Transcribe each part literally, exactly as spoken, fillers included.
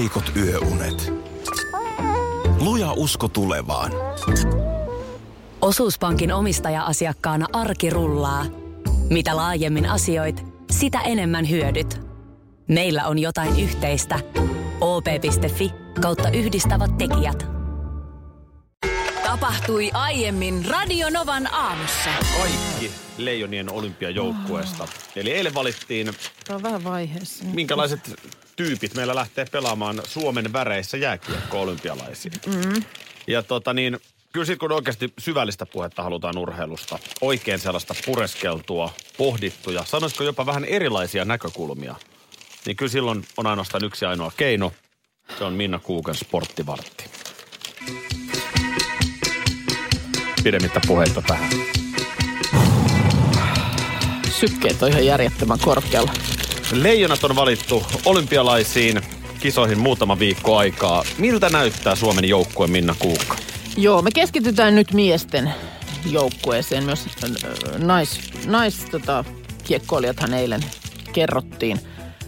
heikot yöunet. Luja usko tulevaan. Osuuspankin omistaja-asiakkaana arki rullaa. Mitä laajemmin asioit, sitä enemmän hyödyt. Meillä on jotain yhteistä. o p piste f i kautta yhdistävät tekijät. Tapahtui aiemmin Radio Novan aamussa. Kaikki Leijonien olympiajoukkueesta. Eli eilen valittiin... Tämä on vähän vaiheessa. Minkälaiset tyypit meillä lähtee pelaamaan Suomen väreissä jääkiekko-olympialaisiin. Mm. Ja tota niin, kyllä sit kun oikeasti syvällistä puhetta halutaan urheilusta, oikein sellaista pureskeltua, pohdittuja, sanoisiko jopa vähän erilaisia näkökulmia, niin kyllä silloin on ainoastaan yksi ainoa keino. Se on Minna Kuukan sporttivartti. Pidemmittä puheita tähän. Sykkeet on ihan järjettömän korkealla. Leijonat on valittu olympialaisiin kisoihin muutama viikko aikaa. Miltä näyttää Suomen joukkue, Minna Kuukka? Joo, me keskitytään nyt miesten joukkueeseen. Myös nais, nais tota, kiekkoilijathan eilen kerrottiin.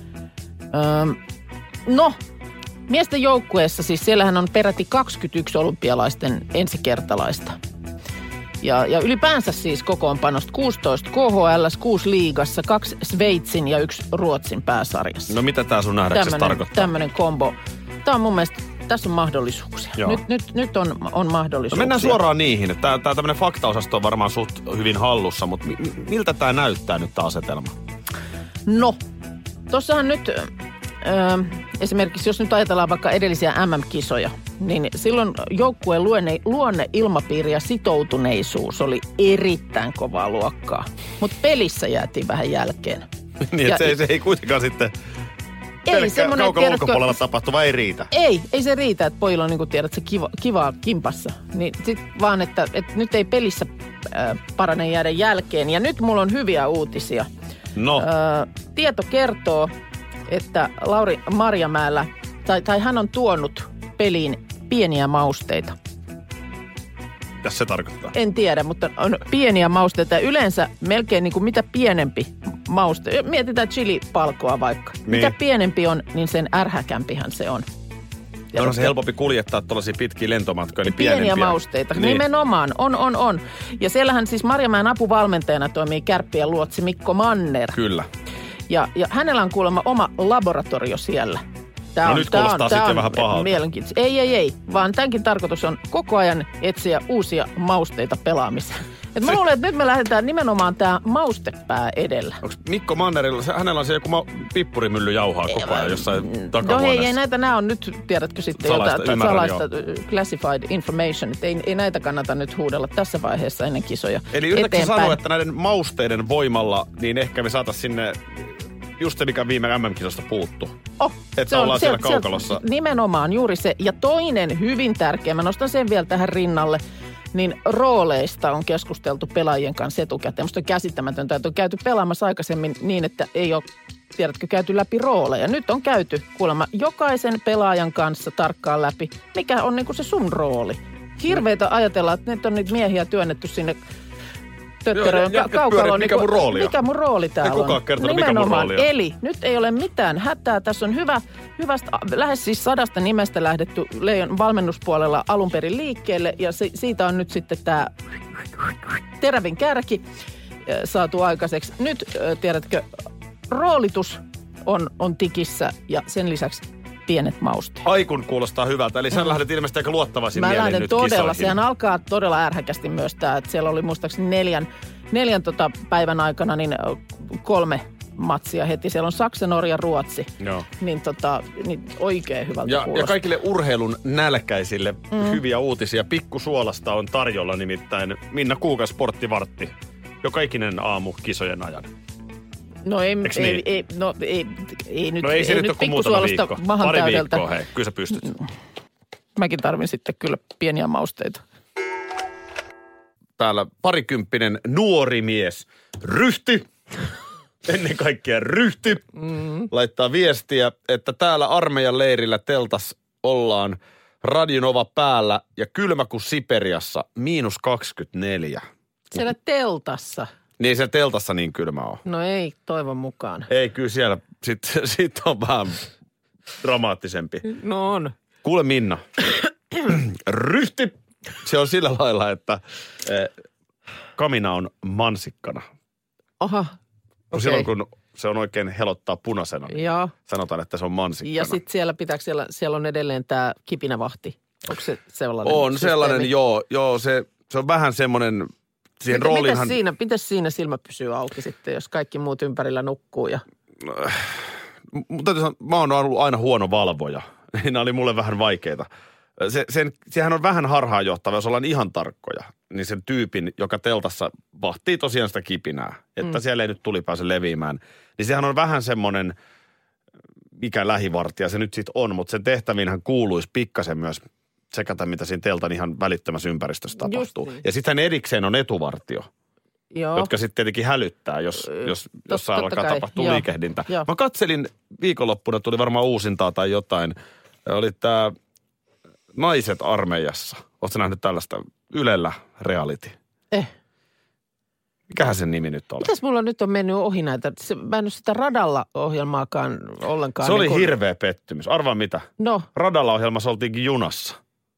Öö, no, miesten joukkueessa siis siellähän on peräti kaksikymmentäyksi olympialaisten ensikertalaista. Ja, ja ylipäänsä siis kokoonpanosta kuusitoista K H L, kuusi liigassa, kaksi Sveitsin ja yksi Ruotsin pääsarjassa. No mitä tää sun nähdäksesi tarkoittaa? Tämmönen kombo. Tää on mun mielestä, tässä on mahdollisuuksia. Nyt, nyt, nyt on, on mahdollisuuksia. No mennään suoraan niihin. Tää, tää tämmönen faktaosasto on varmaan suht hyvin hallussa, mutta mi, miltä tää näyttää nyt tää asetelma? No, tossahan nyt... Öö, esimerkiksi jos nyt ajatellaan vaikka edellisiä M M-kisoja, niin silloin joukkueen luonne, luonne, ilmapiiri ja sitoutuneisuus oli erittäin kovaa luokkaa. Mutta pelissä jäätiin vähän jälkeen. niin, että se, se ei kuitenkaan sitten pelkkä kaukalla ulkopuolella tapahtuva ei riitä. Ei, ei se riitä, että pojilla on niin kuin tiedät, se kiva, kivaa kimpassa. Niin sit vaan, että, että nyt ei pelissä äh, parane jäädä jälkeen. Ja nyt mulla on hyviä uutisia. No. Äh, tieto kertoo, että Lauri Marjamäellä, tai, tai hän on tuonut peliin pieniä mausteita. Mitä se tarkoittaa? En tiedä, mutta on pieniä mausteita. Yleensä melkein niin kuin mitä pienempi mauste. Mietitään chilipalkoa vaikka. Niin. Mitä pienempi on, niin sen ärhäkämpihän se on. Ja on se helpompi kuljettaa tuollaisia pitkiä lentomatkoja, niin pieniä pienempiä. mausteita. Niin. Nimenomaan. On, on, on. Ja siellähän siis Marjamäen apuvalmentajana toimii Kärppien luotsi Mikko Manner. Kyllä. Ja, ja hänellä on kuulemma oma laboratorio siellä. Tää no on, nyt kuulostaa on, sitten on vähän pahalta. Mielenkiintoista. Ei, ei, ei. Vaan tämänkin tarkoitus on koko ajan etsiä uusia mausteita pelaamiseen. Et mä luulen, että nyt me lähdetään nimenomaan tää maustepää edellä. Onko Mikko Mannerilla, se, hänellä on se joku ma- pippurimylly jauhaa koko ajan jossain takahuoneessa? No ei, ei näitä, nämä on nyt, tiedätkö sitten salaista, jotain ymmärrän, salaista jo. Classified information. Ei, ei näitä kannata nyt huudella tässä vaiheessa ennen kisoja. Eli yritätkö sanoa, että näiden mausteiden voimalla, niin ehkä me saatais sinne just se, mikä viime M M-kisosta puuttu. Oh, että ollaan siellä se, kaukalossa. Se, nimenomaan juuri se. Ja toinen hyvin tärkeä, mä nostan sen vielä tähän rinnalle, niin rooleista on keskusteltu pelaajien kanssa etukäteen. Musta on käsittämätöntä, että on käyty pelaamassa aikaisemmin niin, että ei ole, tiedätkö, käyty läpi rooleja. Nyt on käyty kuulemma jokaisen pelaajan kanssa tarkkaan läpi, mikä on niinku se sun rooli. Hirveitä ajatella, että nyt on niitä miehiä työnnetty sinne tötteröön ka- kaukaloon. Mikä mun rooli on? Mikä mun rooli täällä on? Ei kukaan kertonut, mikä mun rooli on. Eli nyt ei ole mitään hätää. Tässä on hyvä, hyvästä, lähes siis sadasta nimestä lähdetty Leijon valmennuspuolella alun perin liikkeelle. Ja se, siitä on nyt sitten tämä terävin kärki saatu aikaiseksi. Nyt, tiedätkö, roolitus on, on tikissä ja sen lisäksi pienet mausteet. Ai kun kuulostaa hyvältä. Eli sä mm. lähdet ilmeisesti aika luottavaisin Mä mielin lähden nyt todella. kisoihin. Sehän alkaa todella ärhäkästi myös tämä, että siellä oli muistaakseni neljän, neljän tota päivän aikana niin kolme matsia heti. Siellä on Saksa, Norja, Ruotsi. Joo. Niin, tota, niin oikein hyvältä ja, kuulostaa. ja kaikille urheilun nälkäisille mm. hyviä uutisia. Pikkusuolasta on tarjolla nimittäin Minna Kuukan sporttivartti. Joka ikinen aamu kisojen ajan. No ei, niin? ei, ei, no, ei, ei nyt, no ei se ei nyt ole kuin muutama viikko. Pari täydeltä. viikkoa, hei. Kyllä sä pystyt. Mäkin tarvin sitten kyllä pieniä mausteita. Täällä parikymppinen nuori mies. Ryhti. Ennen kaikkea ryhti. Mm. Laittaa viestiä, että täällä armeijan leirillä teltas ollaan Radio Nova päällä ja kylmä kuin Siperiassa, miinus kaksikymmentäneljä. Siellä teltassa. Niin se teltassa niin kylmä on. No ei, toivon mukaan. Ei, kyllä siellä sitten sit on vähän dramaattisempi. No on. Kuule Minna, ryhti, se on sillä lailla, että eh, kamina on mansikkana. Aha, okei. Okay. Silloin kun se on oikein helottaa punaisena, niin Joo. sanotaan, että se on mansikkana. Ja sitten siellä pitääkö siellä, siellä on edelleen tämä kipinävahti. Onko se sellainen On systeemi? sellainen, joo, joo se, se on vähän semmoinen, siihen Miten, rooliinhan... Mites siinä, mites siinä silmä pysyy auki sitten, jos kaikki muut ympärillä nukkuu ja... Mutta täytyy sanoa, mä oon ollut aina huono valvoja. Nämä oli mulle vähän vaikeita. Se, sen, sehän on vähän harhaanjohtava, jos ollaan ihan tarkkoja. Niin sen tyypin, joka teltassa vahtii tosiaan sitä kipinää. Että mm. siellä ei nyt tuli pääse leviämään. Niin sehän on vähän semmoinen, mikä lähivartija se nyt sitten on. Mutta sen tehtäviinhän kuuluisi pikkasen myös sekata, mitä siinä teltan ihan välittömässä ympäristössä tapahtuu. Niin. Ja sitten erikseen on etuvartio. Joo. Jotka sitten tietenkin hälyttää, jos, jos Tot, jossain alkaa kai. tapahtua Joo. liikehdintä. Joo. Mä katselin viikonloppuna, tuli varmaan uusintaa tai jotain. Oli tämä Naiset armeijassa. Ootko nähnyt tällaista Ylellä reality? Eh. Mikähän sen nimi nyt oli? Mitäs mulla nyt on mennyt ohi näitä? Se, mä en ole sitä radalla ohjelmaakaan ollenkaan. Se oli niin kun... hirveä pettymys. Arvaa mitä? No. Radalla ohjelmassa oltiinkin junassa.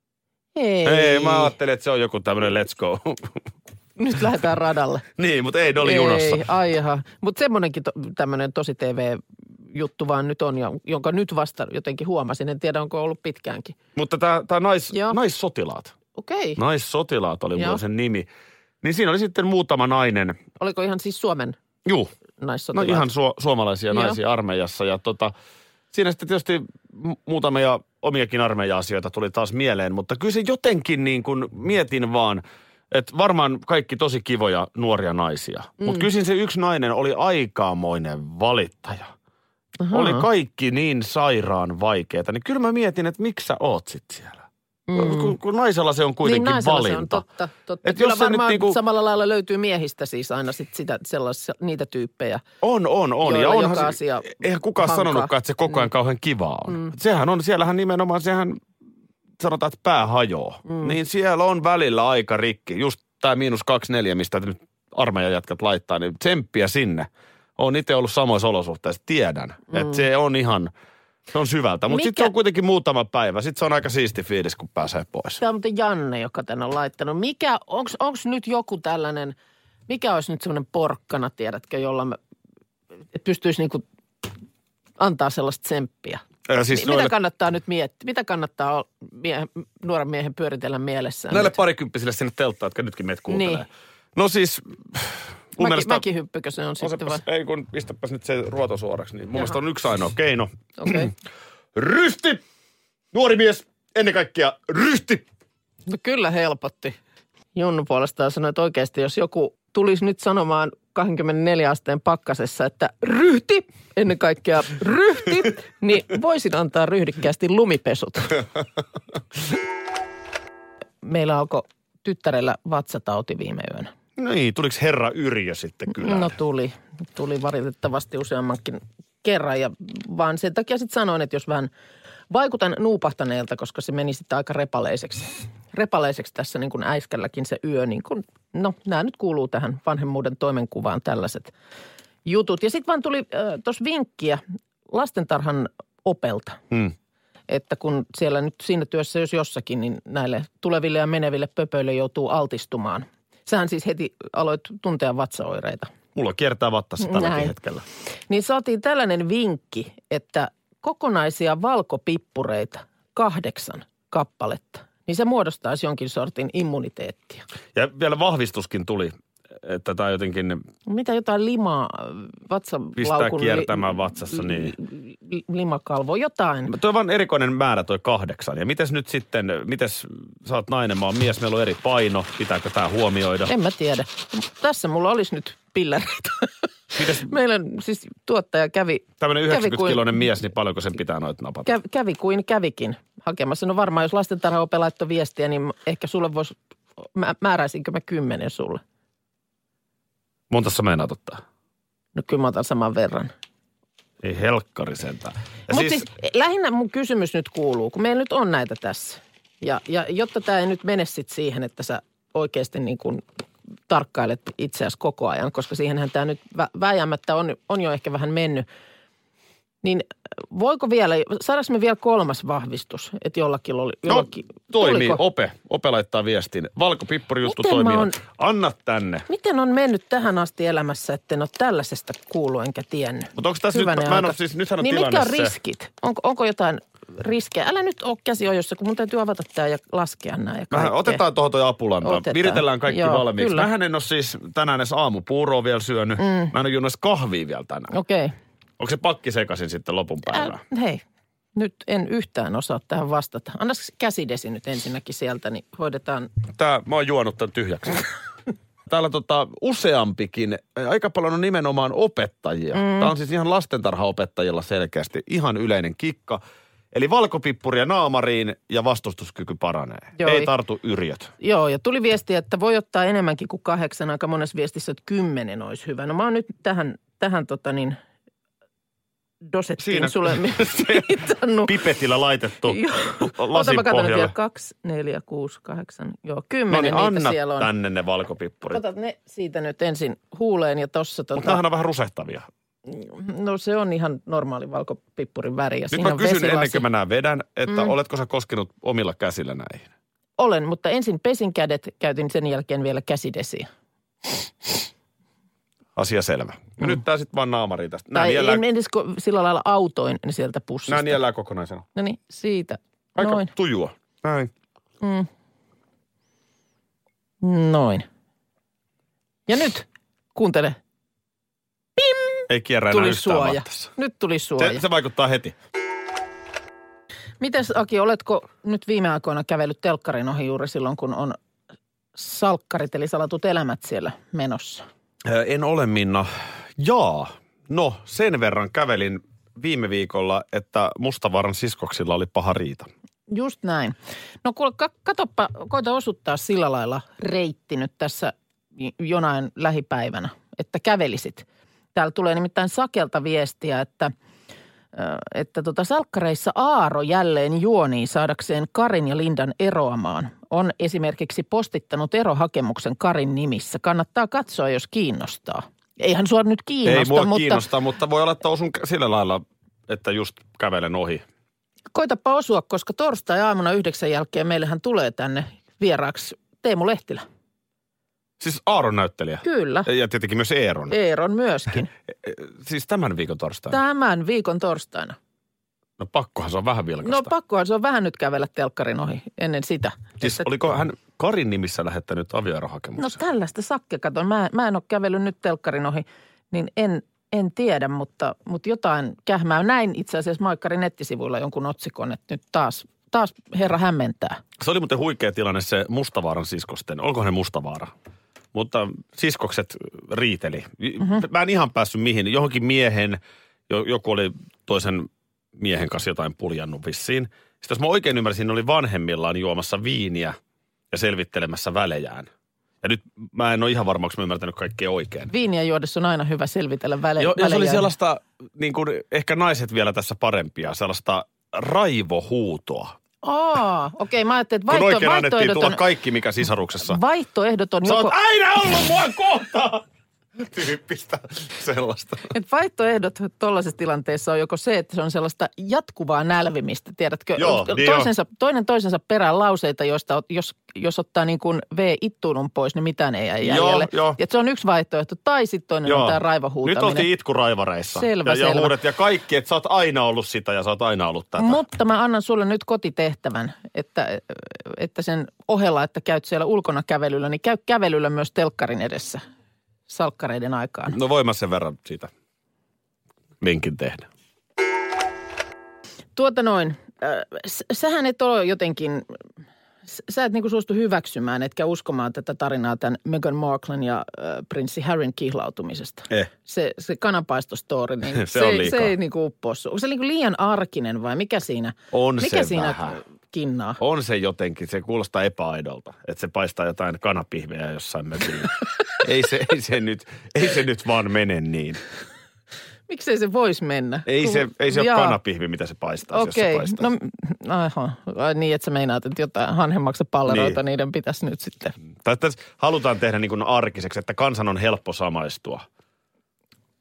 Ei. Ei, mä ajattelin, että se on joku tämmöinen let's go. Nyt lähdetään radalle. Niin, mutta ei, ne oli ei, junassa. Ai jaha. Mutta semmoinenkin to, tämmöinen tosi T V-juttu vaan nyt on, jonka nyt vasta jotenkin huomasin. En tiedä, onko ollut pitkäänkin. Mutta tämä nais, naissotilaat. Okei. Okay. Naissotilaat oli Joo. mulla sen nimi. Niin siinä oli sitten muutama nainen. Oliko ihan siis Suomen Juu. naissotilaat? No ihan su- suomalaisia Joo. naisia armeijassa. Ja tota, siinä sitten tietysti muutamia omiakin armeija-asioita tuli taas mieleen. Mutta kyllä se jotenkin niin kuin mietin vaan, että varmaan kaikki tosi kivoja nuoria naisia. Mm. Mutta kyllä se yksi nainen oli aikamoinen valittaja. Aha. Oli kaikki niin sairaan vaikeeta. Niin kyllä mä mietin, että miksi sä oot sit siellä. Mm. Kun, kun naisella se on kuitenkin niin, naisella valinta. Se on totta, totta. Et kyllä jos varmaan niinku... samalla lailla löytyy miehistä siis aina sit sitä, sellaisia, niitä tyyppejä. On, on, on. Ja onhan joka se, asia eihän kukaan hankaa. sanonutkaan, että se koko ajan mm. kauhean kivaa on. Mm. Sehän on, siellähän nimenomaan, sehän sanotaan, että pää hajoaa. Mm. Niin siellä on välillä aika rikki. Just tämä miinus kaksi neljä, mistä nyt armeijan jätkät laittaa, niin tsemppiä sinne. Olen itse ollut samoissa olosuhteissa, tiedän, mm. että se on ihan, se on syvältä. Mutta sitten se on kuitenkin muutama päivä. Sitten se on aika siisti fiilis, kun pääsee pois. Tämä on muuten Janne, joka tänne on laittanut. Mikä, onko nyt joku tällainen, mikä olisi nyt semmoinen porkkana, tiedätkö, jolla me, että pystyisi niinku antaa sellaista tsemppiä? Ja siis noille... Mitä kannattaa nyt miettiä? Mitä kannattaa miehen, nuoren miehen pyöritellä mielessään? Näille nyt? Parikymppisille sinne telttaan, jotka nytkin meitä kuuntelee. Niin. No siis... Mäki, mielestä, mäkihyppykö se on sitten vai? Ei kun pistäpäs nyt se ruoto suoraksi, niin mun Jaha. mielestä on yksi ainoa keino. Okei. Okay. Ryhti! Nuori mies, ennen kaikkea ryhti! No kyllä helpotti. Junnu puolestaan sanoi, että oikeasti jos joku tulisi nyt sanomaan kaksikymmentäneljä asteen pakkasessa, että ryhti, ennen kaikkea ryhti, niin voisin antaa ryhdikkäästi lumipesut. Meillä alkoi tyttärellä vatsatauti viime yönä. No niin, tuliko herra Yrjö sitten kyllä? No tuli. Tuli valitettavasti useammankin kerran ja vaan sen takia sitten sanoin, että jos vähän vaikutan nuupahtaneelta, koska se meni sitten aika repaleiseksi. Repaleiseksi tässä niin kuin äiskälläkin se yö, niin kuin, no nämä nyt kuuluu tähän vanhemmuuden toimenkuvaan tällaiset jutut. Ja sitten vaan tuli äh, tuossa vinkkiä lastentarhan opelta, hmm. että kun siellä nyt siinä työssä jos jossakin, niin näille tuleville ja meneville pöpöille joutuu altistumaan. Sähän siis heti aloit tuntea vatsaoireita. Mulla kiertää vattassa tälläkin hetkellä. Niin saatiin tällainen vinkki, että kokonaisia valkopippureita kahdeksan kappaletta, niin se muodostaisi jonkin sortin immuniteettia. Ja vielä vahvistuskin tuli, että tämä jotenkin... Mitä jotain limaa, vatsalaukun... Pistää kiertämään li, vatsassa, niin... Limakalvo, jotain. Tuo on vaan erikoinen määrä toi kahdeksan. Ja mites nyt sitten, mites sä oot nainen, mä oon mies, meillä on eri paino, pitääkö tää huomioida? En mä tiedä. Tässä mulla olisi nyt pillereitä. Mites... Meillä siis tuottaja kävi... Tämmöinen yhdeksänkymmenkiloinen mies, niin paljonko sen pitää noita napata? Kävi, kävi kuin kävikin hakemassa. No varmaan, jos lastentarhaope laittoi viestiä, niin ehkä sulle voisi... Mä, määräisinkö mä kymmenen sulle? Monta sä meinaat ottaa? No kyllä mä otan saman verran. Ei helkkari sentään. Mutta siis... siis lähinnä mun kysymys nyt kuuluu, kun meillä nyt on näitä tässä. Ja, ja jotta tämä ei nyt mene sit siihen, että sä oikeasti niin kuin tarkkailet itseäsi koko ajan, koska siihenhän tämä nyt vä- vääjäämättä on, on jo ehkä vähän mennyt. Niin voiko vielä, saadaanko me vielä kolmas vahvistus, että jollakin oli? Jollakin, no toimii, tuliko? Ope. Ope laittaa viestin. Valkopippuri juttu Miten toimii. on, Anna tänne. miten on mennyt tähän asti elämässä, etten ole tällaisesta kuullut enkä tiennyt? Mutta onko tässä Hyvänen nyt, mä en aika. ole siis, nythän on niin tilanne mitkä on se. riskit? Onko, onko jotain riskejä? Älä nyt ole käsi ojossa, kun mun täytyy avata tämä ja laskea nämä ja Vähän otetaan tuohon toi apulanta. Otetaan. Viritellään kaikki Joo, valmiiksi. kyllä. Mähän en ole siis tänään edes aamupuuroa vielä syönyt. Mm. Mä en ole juonut edes kahvia vielä tänään. Okei. Okay. Onko se pakki sekaisin sitten lopun päivää? Äh, hei, nyt en yhtään osaa tähän vastata. Anna käsidesi nyt ensinnäkin sieltä, niin hoidetaan. Tää, mä oon juonut tämän tyhjäksi. Täällä tota useampikin, aika paljon on nimenomaan opettajia. Mm. Tämä on siis ihan lastentarhaopettajilla selkeästi ihan yleinen kikka. Eli valkopippuria naamariin ja vastustuskyky paranee. Joo. Ei tartu yrjöt. Joo, ja tuli viesti, että voi ottaa enemmänkin kuin kahdeksan. Aika monessa viestissä, että kymmenen olisi hyvä. No mä oon nyt tähän, tähän tota niin, dosettiin Siinä sulle mitannut. Pipetillä laitettu Ota lasin mä katson nyt vielä. pohjalle. Kaksi, neljä, kuusi, kahdeksan. Joo, No kymmenen niin, niitä anna siellä on. tänne ne valkopippurit. Otat ne siitä nyt ensin huuleen ja tossa Mutta tota. nämähän on vähän rusehtavia. No se on ihan normaali valkopippurin väri. Ja Nyt siinä mä on kysyn vesilasi. ennen kuin mä nää vedän, että mm. oletko sä koskenut omilla käsillä näihin? Olen, mutta ensin pesin kädet, käytin sen jälkeen vielä käsidesiä. Asia selvä. Mm. Nyt tää sitten vaan naamariin tästä. Nää Tai niellään, en edes sillä lailla autoin niin sieltä pussista. nää niellään kokonaisena. No niin, siitä. Aika Noin. tujua. Näin. Mm. Noin. Ja nyt, kuuntele. Ei kierrä enää Tuli yhtään suoja. vattassa. Nyt tuli suoja. Se, se vaikuttaa heti. Mites Aki, oletko nyt viime aikoina kävellyt telkkarin ohi juuri silloin, kun on salkkarit eli salatut elämät siellä menossa? Ö, En ole, Minna. Jaa. No, sen verran kävelin viime viikolla, että Mustavaaran siskoksilla oli paha riita. Just näin. No kuule, katoppa, koita osuttaa sillä lailla reitti nyt tässä jonain lähipäivänä, että kävelisit. Täällä tulee nimittäin Sakelta viestiä, että, että tota salkkareissa Aaro jälleen juonii saadakseen Karin ja Lindan eroamaan. On esimerkiksi postittanut erohakemuksen Karin nimissä. Kannattaa katsoa, jos kiinnostaa. Eihän sua nyt kiinnosta, Ei mua mutta kiinnostaa, mutta voi olla, että osun sillä lailla, että just kävelen ohi. koitapa osua, koska torstai-aamuna yhdeksän jälkeen meillähän tulee tänne vieraaksi Teemu Lehtilä. Siis Aaron näyttelijä. Kyllä. Ja tietenkin myös Eeron. Eeron myöskin. Siis tämän viikon torstaina. Tämän viikon torstaina. No pakkohan se on vähän vilkasta. No pakkohan se on vähän nyt kävellä telkkarin ohi ennen sitä. Siis Että- oliko hän Karin nimissä lähettänyt No avioerohakemuksen? tällaista sakke, kato. Mä, mä en ole kävellyt nyt telkkarin ohi, niin en, en tiedä, mutta, mutta jotain kähmää. Näin itse asiassa Maikkarin nettisivuilla jonkun otsikon, että nyt taas, taas herra hämmentää. Se oli muuten huikea tilanne se Mustavaaran siskosten. Olkohan ne Mustavaara? Mutta siskokset riiteli. Mm-hmm. Mä en ihan päässyt mihin. Johonkin miehen, joku oli toisen miehen kanssa jotain puljannut vissiin. Sitten jos mä oikein ymmärsin, ne oli vanhemmillaan juomassa viiniä ja selvittelemässä välejään. Ja nyt mä en ole ihan varma, onko mä ymmärtänyt kaikkea oikein. Viiniä juodessa on aina hyvä selvitellä väle- Jo, ja se oli välejä. sellaista, niin kuin ehkä naiset vielä tässä parempia, sellaista raivohuutoa. Aa, okei. Okay, mä ajattelin, että Kun vaihto, oikein annettiin vaihtoehdot tulla on, kaikki, mikä sisaruksessa. vaihtoehdot on Sä joko... oot aina ollut mua kohtaan! Tyyppistä sellaista. Et vaihtoehdot tuollaisessa tilanteessa on joko se, että se on sellaista jatkuvaa nälvimistä, tiedätkö? Joo, niin toisensa, toinen toisensa perään lauseita, joista jos, jos ottaa niin kuin V-ittuunun pois, niin mitään ei jää jäljelle. joo. Et se on yksi vaihtoehto. Tai sitten toinen Joo. on tämä Nyt raivohuutaminen. oltiin itkuraivareissa. Selvä, ja, ja selvä. huudet ja kaikki, että sä oot aina ollut sitä ja sä oot aina ollut tätä. Mutta mä annan sulle nyt kotitehtävän, että, että sen ohella, että käyt siellä ulkona kävelyllä, niin käy kävelyllä myös telkkarin edessä salkkareiden aikaan. No voin mä sen verran siitä vinkin tehdä. Tuota noin, äh, s- sähän et ole jotenkin, s- sä et niinku suostu hyväksymään, etkä uskomaan tätä tarinaa tämän Meghan Marklen ja äh, prinssi Harryn kihlautumisesta. Eh. Se, se kananpaistostori, niin Se se, on se liikaa. ei niinku uppoo sun. Onko se niinku liian arkinen vai mikä siinä, On mikä se siinä vähän. kinnaa? On se jotenkin, se kuulostaa epäaidolta, että se paistaa jotain kanapihveä jossain mökillä. ei, se, ei, se nyt, ei se nyt vaan mene niin. Miksei se voisi mennä? Ei Kun- se, ei se ole Jaa. kanapihvi, mitä se paistaa, jos se Okei, paistaa. no aha. Ai niin, että sä meinaat, että jotain hanhenmaksa palleroita, Niin. niiden pitäisi nyt sitten. Tai että halutaan tehdä niin kuin arkiseksi, että kansan on helppo samaistua.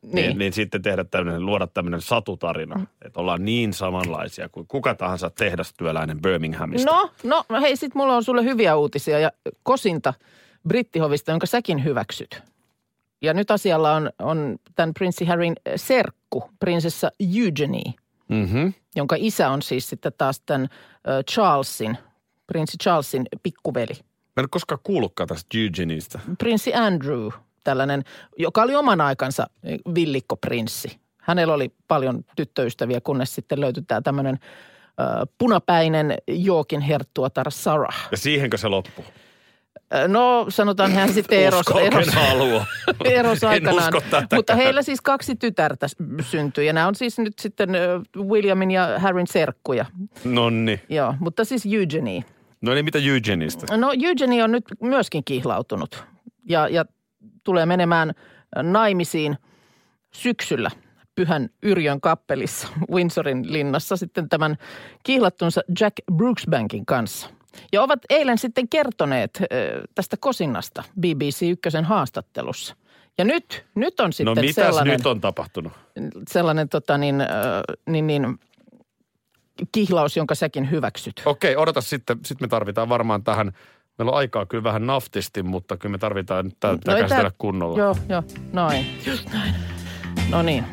Niin. Niin. Niin, niin sitten tehdä tämmöinen, luoda tämmöinen satutarina, mm. että ollaan niin samanlaisia kuin kuka tahansa tehdastyöläinen Birminghamista. No, no hei, sit mulla on sulle hyviä uutisia ja kosinta brittihovista, jonka säkin hyväksyt. Ja nyt asialla on, on tämän prinssi Harryn serkku, prinsessa Eugenie, Mm-hmm. jonka isä on siis sitten taas tämän uh, Charlesin, prinssi Charlesin pikkuveli. Mä en ole koskaan kuullutkaan tästä Eugeniestä. Prinssi Andrew, tällainen, joka oli oman aikansa villikkoprinssi. Hänellä oli paljon tyttöystäviä, kunnes sitten löytyi tämä tämmöinen uh, punapäinen Yorkin herttuatar Sarah. Ja siihenkö se loppuu? No sanotaan hän sitten eros, Usko, eros, ken haluaa. eros aikanaan. tätäkään. Mutta heillä siis kaksi tytärtä syntyi ja nämä on siis nyt sitten Williamin ja Harryn serkkuja. Nonni. Joo, mutta siis Eugenie. No niin, mitä Eugenistä? No Eugenie on nyt myöskin kihlautunut ja, ja tulee menemään naimisiin syksyllä Pyhän Yrjön kappelissa Windsorin linnassa sitten tämän kihlattunsa Jack Brooksbankin kanssa. Ja ovat eilen sitten kertoneet äh, tästä kosinnasta B B C Ykkösen haastattelussa. Ja nyt, nyt on sitten no mitäs sellainen, nyt on tapahtunut? sellainen tota niin, äh, niin, niin, kihlaus, jonka säkin hyväksyt. Okei, odota sitten. Sitten me tarvitaan varmaan tähän. Meillä on aikaa kyllä vähän naftisti, mutta kyllä me tarvitaan nyt tätä no, käsitellä tää, kunnolla. Joo, joo, noin. Just näin. No niin.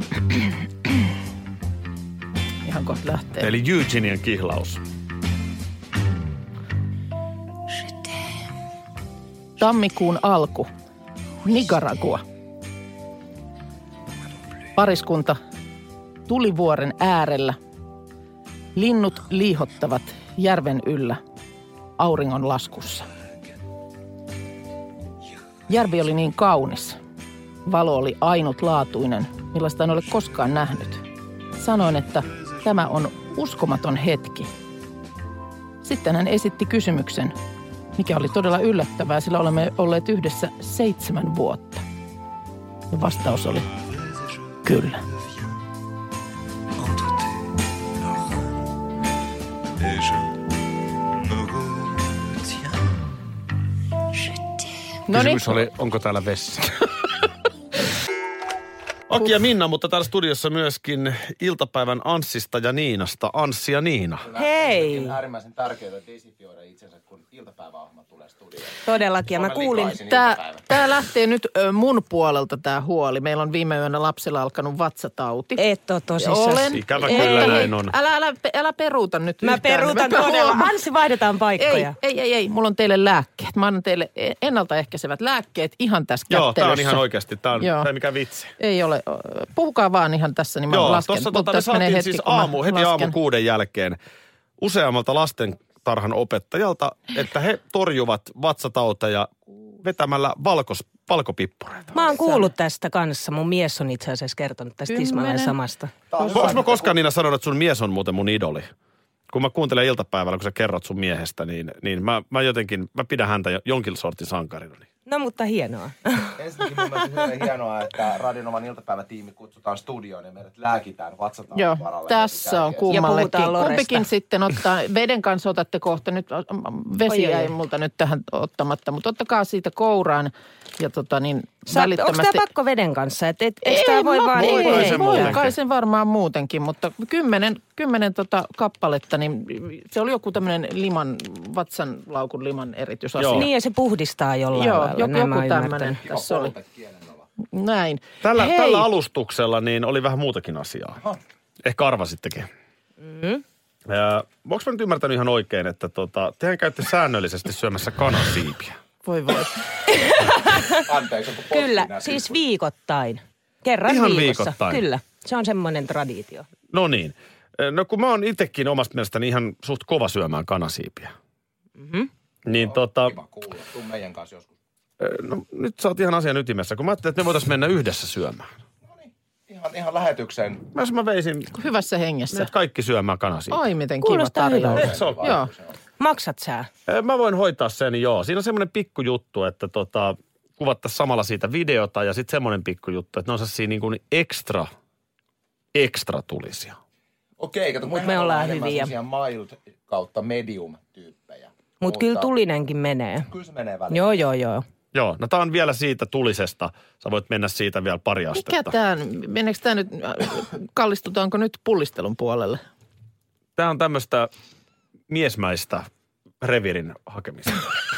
Ihan kohta lähtee. Eli Eugenien kihlaus. Tammikuun alku. Nicaragua. Pariskunta tulivuoren äärellä. Linnut liihottavat järven yllä auringon laskussa. Järvi oli niin kaunis. Valo oli ainutlaatuinen, millaista en ole koskaan nähnyt. Sanoin, että tämä on uskomaton hetki. Sitten hän esitti kysymyksen, mikä oli todella yllättävää, sillä olemme olleet yhdessä seitsemän vuotta. Ja vastaus oli, kyllä. Kysymys oli, onko täällä vessa? Aki ja Minna, mutta täällä studiossa myöskin iltapäivän Anssista ja Niinasta. Anssi ja Niina. Hei! On äärimmäisen tärkeää desifioida itsensä, kun iltapäiväohjelma tulee studioon. Todellakin, ja mä kuulin. Tämä, tämä lähtee nyt mun puolelta tämä huoli. Meillä on viime yönä lapsella alkanut vatsatauti. Et ole tosissaan. Olen. Ikävä kyllä näin on. Älä, älä, älä peruuta nyt Mä yhtään. peruutan Mä todella. huomaan. Anssi, vaihdetaan paikkoja. Ei, ei, ei, ei. Mulla on teille lääkkeet. Mä annan teille ennaltaehkäisevät lääkkeet ihan tässä Joo, kättelyssä. tää on ihan oikeasti. Tää on, Joo. tää mikä vitsi. Ei ole. Puhukaa vaan ihan tässä, niin mä Joo, lasken. tossa Mutta tota, me tässä menee saatiin hetki, siis kun mä aamu, heti lasken. aamu kuuden jälkeen useammalta lastentarhan opettajalta, että he torjuvat vatsatauteja vetämällä valkos, valkopippureita. Mä oon kuullut tästä kanssa. Mun mies on itse asiassa kertonut tästä tismalleen samasta. Onko mä koskaan Niina sanonut, että sun mies on muuten mun idoli? Kun mä kuuntelen iltapäivällä, kun sä kerrot sun miehestä, niin, niin mä, mä jotenkin, mä pidän häntä jonkin sortin sankarina. No mutta hienoa. Ensinnäkin mun mielestä hyvin hienoa, että Radionovan iltapäivätiimi kutsutaan studioon ja meidät lääkitään vatsataan Joo, varalle. tässä on kummallekin. puhutaan Loresta. Kumpikin sitten ottaa, veden kanssa otatte kohta nyt, vesi Oi, oi, jäi oi. multa nyt tähän ottamatta, mutta ottakaa siitä kouraan ja tota niin Sä, onko välittömästi. tää pakko veden kanssa? Et, et, eikö tää voi no, vaan ei, niin ei, heittää? voi muutenkin. kai sen varmaan muutenkin, mutta kymmenen, kymmenen tota kappaletta, niin se oli joku tämmöinen liman, vatsanlaukun liman erityisasia. Joo. Niin ja se puhdistaa jollain Joo, lailla. joku, Näin mä joku oon tämmöinen ymmärtänyt. tässä oli. Näin. Tällä, Hei. tällä alustuksella niin oli vähän muutakin asiaa. Aha. Ehkä arvasittekin. Mm-hmm. Ja, onko mä nyt ymmärtänyt ihan oikein, että tota, tehän käytte säännöllisesti syömässä kanasiipiä? Voi voi. Anteeksi, kun potkii Kyllä, nää siis silput. viikoittain. Kerran Ihan viikossa. viikoittain? Kyllä, se on semmoinen traditio. No niin. No kun mä oon itsekin omasta mielestäni ihan suht kova syömään kanasiipiä. Mm-hmm. Niin tota, Kiva kuulla. Tuu meidän kanssa joskus. no nyt sä oot ihan asian ytimessä. Kun mä ajattelin, että me voitaisiin mennä yhdessä syömään. Ihan, ihan lähetykseen. Mä jos mä veisin Hyvässä hengessä. meidät kaikki syömään kanasiipiä. Oi, miten kiva Kuulostaa tarjous. hyvältä. Eikö se ole? Joo. Maksat sä? Mä voin hoitaa sen, joo. Siinä on semmoinen pikkujuttu, että tota, kuvattaisiin samalla siitä videota ja sitten semmoinen pikkujuttu, että ne on sellaisia niin kuin ekstra, ekstra tulisia. Okei, kato, Mut mehän me ollaan enemmän hyviä. semmosia mild kautta medium tyyppejä. Mut kyllä tulinenkin menee. Kyllä se menee väliin. Joo, joo, joo. Joo, no tää on vielä siitä tulisesta. Sä voit mennä siitä vielä pari astetta. Mikä tää, meneekö tää nyt, kallistutaanko nyt pullistelun puolelle? Tää on tämmöistä miesmäistä revirin hakemista.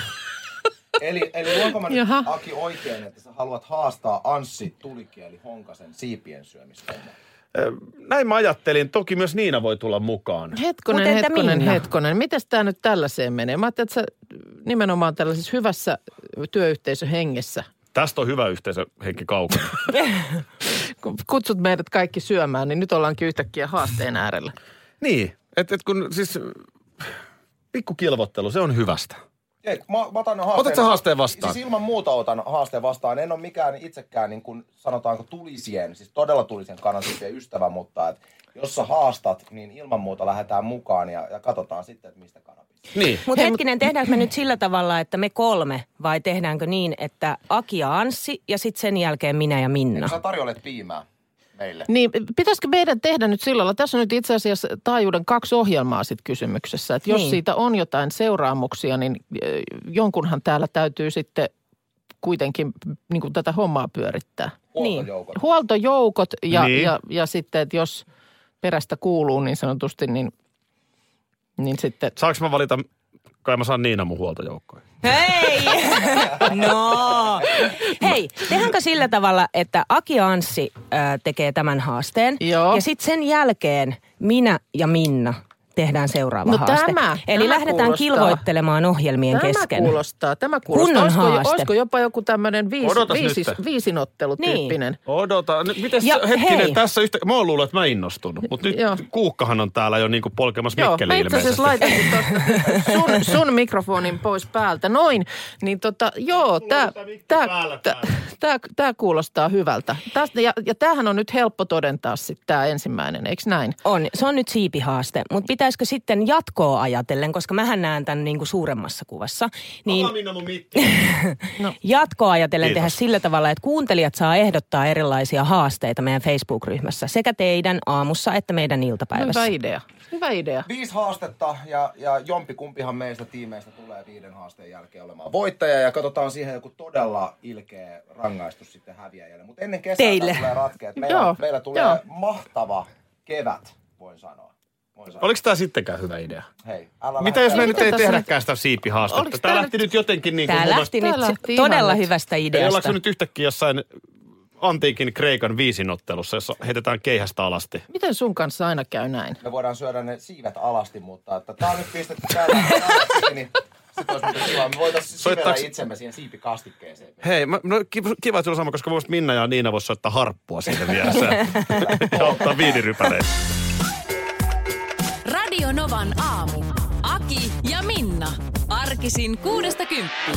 Eli, eli luonko mä nyt, Jaha. Aki, oikein, että sä haluat haastaa Anssi Tulikieli Honkasen siipien syömistä? Näin mä ajattelin. Toki myös Niina voi tulla mukaan. Hetkonen, Mut entä hetkonen, Minna? hetkonen. Mites tää nyt tällaiseen menee? Mä ajattelin, että sä nimenomaan tällaisessa hyvässä työyhteisön hengessä, Tästä on hyvä yhteisöhenki kaukana. kun kutsut meidät kaikki syömään, niin nyt ollaankin yhtäkkiä haasteen äärellä. Niin, että et kun siis pikku kilvottelu, se on hyvästä. Ei, mä, mä otan haasteen. Otat sä haasteen vastaan? Siis ilman muuta otan haasteen vastaan. En ole mikään itsekään niin kuin sanotaanko tulisien, siis todella tulisen kanansiipien ystävä, mutta et, jos sä haastat, niin ilman muuta lähdetään mukaan ja, ja katsotaan sitten, että mistä kana pistää. Niin. Mutta hetkinen, tehdäänkö me nyt sillä tavalla, että me kolme vai tehdäänkö niin, että Aki ja Anssi ja sitten sen jälkeen minä ja Minna? Sä tarjoilet piimää meille. Niin, pitäisikö meidän tehdä nyt sillä lailla? Tässä on nyt itse asiassa taajuuden kaksi ohjelmaa sitten kysymyksessä. Että jos Niin. siitä on jotain seuraamuksia, niin äh, jonkunhan täällä täytyy sitten kuitenkin niin kuin tätä hommaa pyörittää. Huoltojoukot. Huoltojoukot ja, Niin. ja, ja sitten, että jos perästä kuuluu niin sanotusti, niin, niin sitten... Saanko mä valita, kai mä saan Niina mun huoltojoukkoon? Hei! No! Hei, tehdäänkö sillä tavalla, että Aki ja Anssi äh, tekee tämän haasteen. Joo. Ja sitten sen jälkeen minä ja Minna tehdään seuraava No haaste. tämä, Eli tämä lähdetään kuulostaa. kilvoittelemaan ohjelmien Tämä kesken. kuulostaa, tämä kuulostaa. Kunnon Olisiko, haaste. olisiko jopa joku tämmöinen viis, Odotas viisis, nyt. viisinottelutyyppinen? Odota. Nyt, mites Ja hetkinen, hei. tässä yhtä... Mä oon luullut, että mä innostun. Mutta nyt Joo. Kuukkahan on täällä jo niinku polkemassa Joo, Mikkeli mä itse ilmeisesti. asiassa laitankin tuosta sun, sun mikrofonin pois päältä. Noin, niin tota, joo, tää, tää mikki tää, päällä tää, tää, tää kuulostaa hyvältä. Tästä, ja, ja tämähän on nyt helppo todentaa sitten tämä ensimmäinen, eikö näin? On, se on nyt siipihaaste, mutta pitäisikö sitten jatkoa ajatellen, koska mähän näen tämän niin kuin suuremmassa kuvassa, niin Ota Minna mun mikki. jatkoa ajatellen Kiitos. tehdä sillä tavalla, että kuuntelijat saa ehdottaa erilaisia haasteita meidän Facebook-ryhmässä, sekä teidän aamussa että meidän iltapäivässä. Hyvä idea, hyvä idea. Viisi haastetta ja, ja jompikumpihan meistä tiimeistä tulee viiden haasteen jälkeen olemaan voittaja. Ja katsotaan siihen joku todella ilkeä rangaistus sitten häviäjälle. Mutta ennen kesää Teille. tulee ratkeet. Meillä, Joo, meillä tulee joo. mahtava kevät, voin sanoa. Voin sanoa. Oliko tää sittenkään hyvä idea? Hei, älä Mitä lähde- jos me nyt mitä ei tässä tehdäkään sitä siipihaastetta? Oliko Tää tää lähti nyt- nyt jotenkin niin kuin Tämä mun lähti Tää nyt lähti ihan todella nyt. hyvästä Ei ideasta. ollaanko se nyt yhtäkkiä jossain antiikin Kreikan viisinottelussa, jossa heitetään keihästä alasti? Miten sun kanssa aina käy näin? Me voidaan syödä ne siivet alasti, mutta että tää on nyt pistetty täällä kiinni. Sitten olisi muuten kiva. Me voitaisiin sivellä Soittaaks- itsemme siihen siipikastikkeeseen. Hei, mä, no, kiva, kiva, että sulla on sama, koska musta Minna ja Niina vois soittaa harppua siitä vieressä ja ottaa viinirypäleitä. Radio Novan aamu. Aki ja Minna. Arkisin kuudesta kymppiin.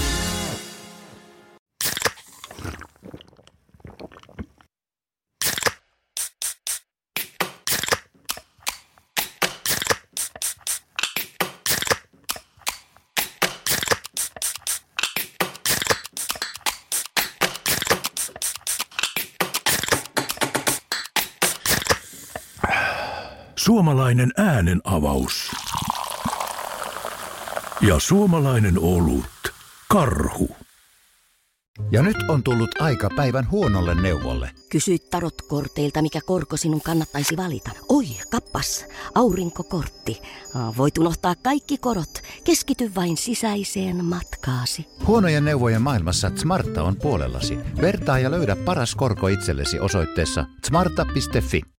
Suomalainen äänen avaus. Ja suomalainen olut. Karhu. Ja nyt on tullut aika päivän huonolle neuvolle. Kysy tarotkorteilta, mikä korko sinun kannattaisi valita. Oi, kappas, aurinkokortti. Voit unohtaa kaikki korot. Keskity vain sisäiseen matkaasi. Huonojen neuvojen maailmassa Smarta on puolellasi. Vertaa ja löydä paras korko itsellesi osoitteessa smarta piste fi.